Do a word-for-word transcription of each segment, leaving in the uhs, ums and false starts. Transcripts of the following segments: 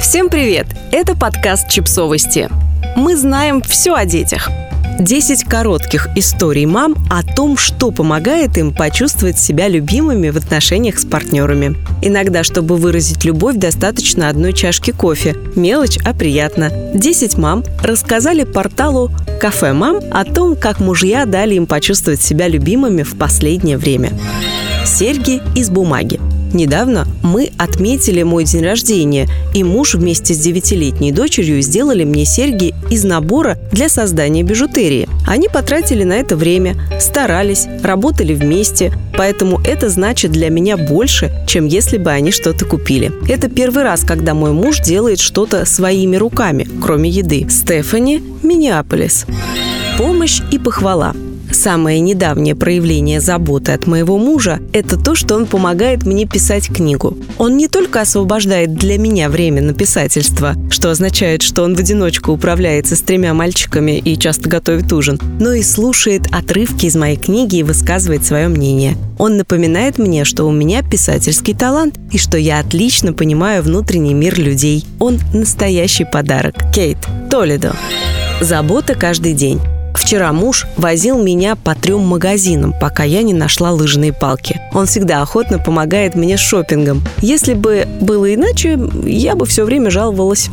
Всем привет! Это подкаст «Чипсовости». Мы знаем все о детях. десять коротких историй мам о том, что помогает им почувствовать себя любимыми в отношениях с партнерами. Иногда, чтобы выразить любовь, достаточно одной чашки кофе. Мелочь, а приятно. десять мам рассказали порталу «Кафе Мам» о том, как мужья дали им почувствовать себя любимыми в последнее время. Серьги из бумаги. Недавно мы отметили мой день рождения, и муж вместе с девятилетней дочерью сделали мне серьги из набора для создания бижутерии. Они потратили на это время, старались, работали вместе, поэтому это значит для меня больше, чем если бы они что-то купили. Это первый раз, когда мой муж делает что-то своими руками, кроме еды. Стефани, Миннеаполис. Помощь и похвала. Самое недавнее проявление заботы от моего мужа – это то, что он помогает мне писать книгу. Он не только освобождает для меня время на писательство, что означает, что он в одиночку управляется с тремя мальчиками и часто готовит ужин, но и слушает отрывки из моей книги и высказывает свое мнение. Он напоминает мне, что у меня писательский талант и что я отлично понимаю внутренний мир людей. Он настоящий подарок. Кейт, Толедо. Забота каждый день. Вчера муж возил меня по трем магазинам, пока я не нашла лыжные палки. Он всегда охотно помогает мне с шопингом. Если бы было иначе, я бы все время жаловалась.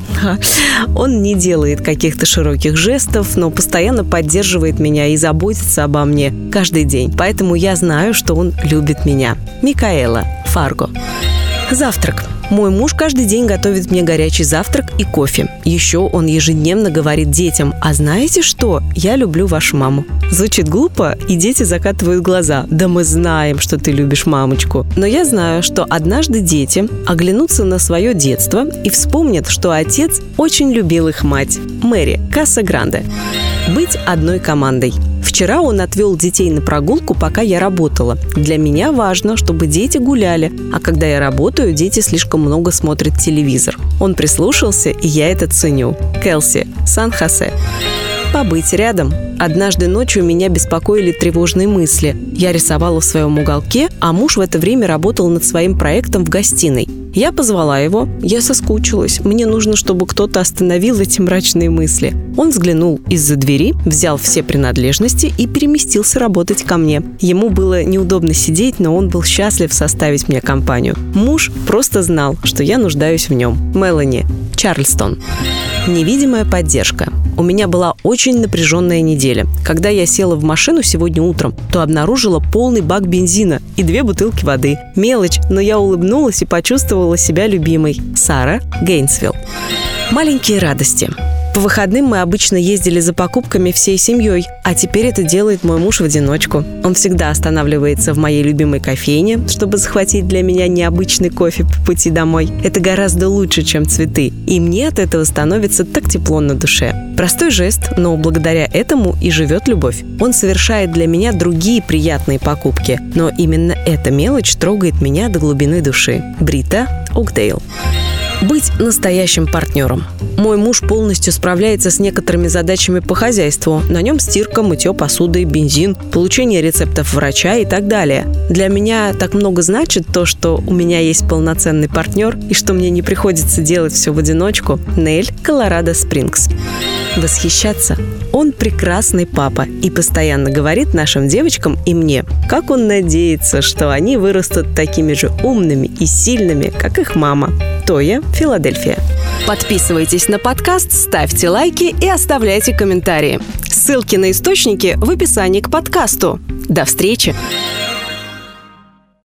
Он не делает каких-то широких жестов, но постоянно поддерживает меня и заботится обо мне каждый день. Поэтому я знаю, что он любит меня. Микаэла, Фарго. Завтрак. Мой муж каждый день готовит мне горячий завтрак и кофе. Еще он ежедневно говорит детям: «А знаете что? Я люблю вашу маму». Звучит глупо, и дети закатывают глаза. «Да мы знаем, что ты любишь мамочку». Но я знаю, что однажды дети оглянутся на свое детство и вспомнят, что отец очень любил их мать. Мэри, Касса Гранде. Быть одной командой. Вчера он отвел детей на прогулку, пока я работала. Для меня важно, чтобы дети гуляли, а когда я работаю, дети слишком много смотрят телевизор. Он прислушался, и я это ценю. Келси, Сан-Хосе. Побыть рядом. Однажды ночью меня беспокоили тревожные мысли. Я рисовала в своем уголке, а муж в это время работал над своим проектом в гостиной. Я позвала его. Я соскучилась. Мне нужно, чтобы кто-то остановил эти мрачные мысли. Он взглянул из-за двери, взял все принадлежности и переместился работать ко мне. Ему было неудобно сидеть, но он был счастлив составить мне компанию. Муж просто знал, что я нуждаюсь в нем. Мелани, Чарльстон. Невидимая поддержка. У меня была очень напряженная неделя. Когда я села в машину сегодня утром, то обнаружила полный бак бензина и две бутылки воды. Мелочь, но я улыбнулась и почувствовала себя любимой. Сара, Гейнсвилл. Маленькие радости. По выходным мы обычно ездили за покупками всей семьей, а теперь это делает мой муж в одиночку. Он всегда останавливается в моей любимой кофейне, чтобы захватить для меня необычный кофе по пути домой. Это гораздо лучше, чем цветы, и мне от этого становится так тепло на душе. Простой жест, но благодаря этому и живет любовь. Он совершает для меня другие приятные покупки, но именно эта мелочь трогает меня до глубины души. Брита Окдейл. Быть настоящим партнером. Мой муж полностью справляется с некоторыми задачами по хозяйству. На нем стирка, мытье посуды, бензин, получение рецептов врача и так далее. Для меня так много значит то, что у меня есть полноценный партнер и что мне не приходится делать все в одиночку. Нель, Колорадо Спрингс. Восхищаться. Он прекрасный папа и постоянно говорит нашим девочкам и мне, как он надеется, что они вырастут такими же умными и сильными, как их мама. Тоя, Филадельфия. Подписывайтесь на подкаст, ставьте лайки и оставляйте комментарии. Ссылки на источники в описании к подкасту. До встречи!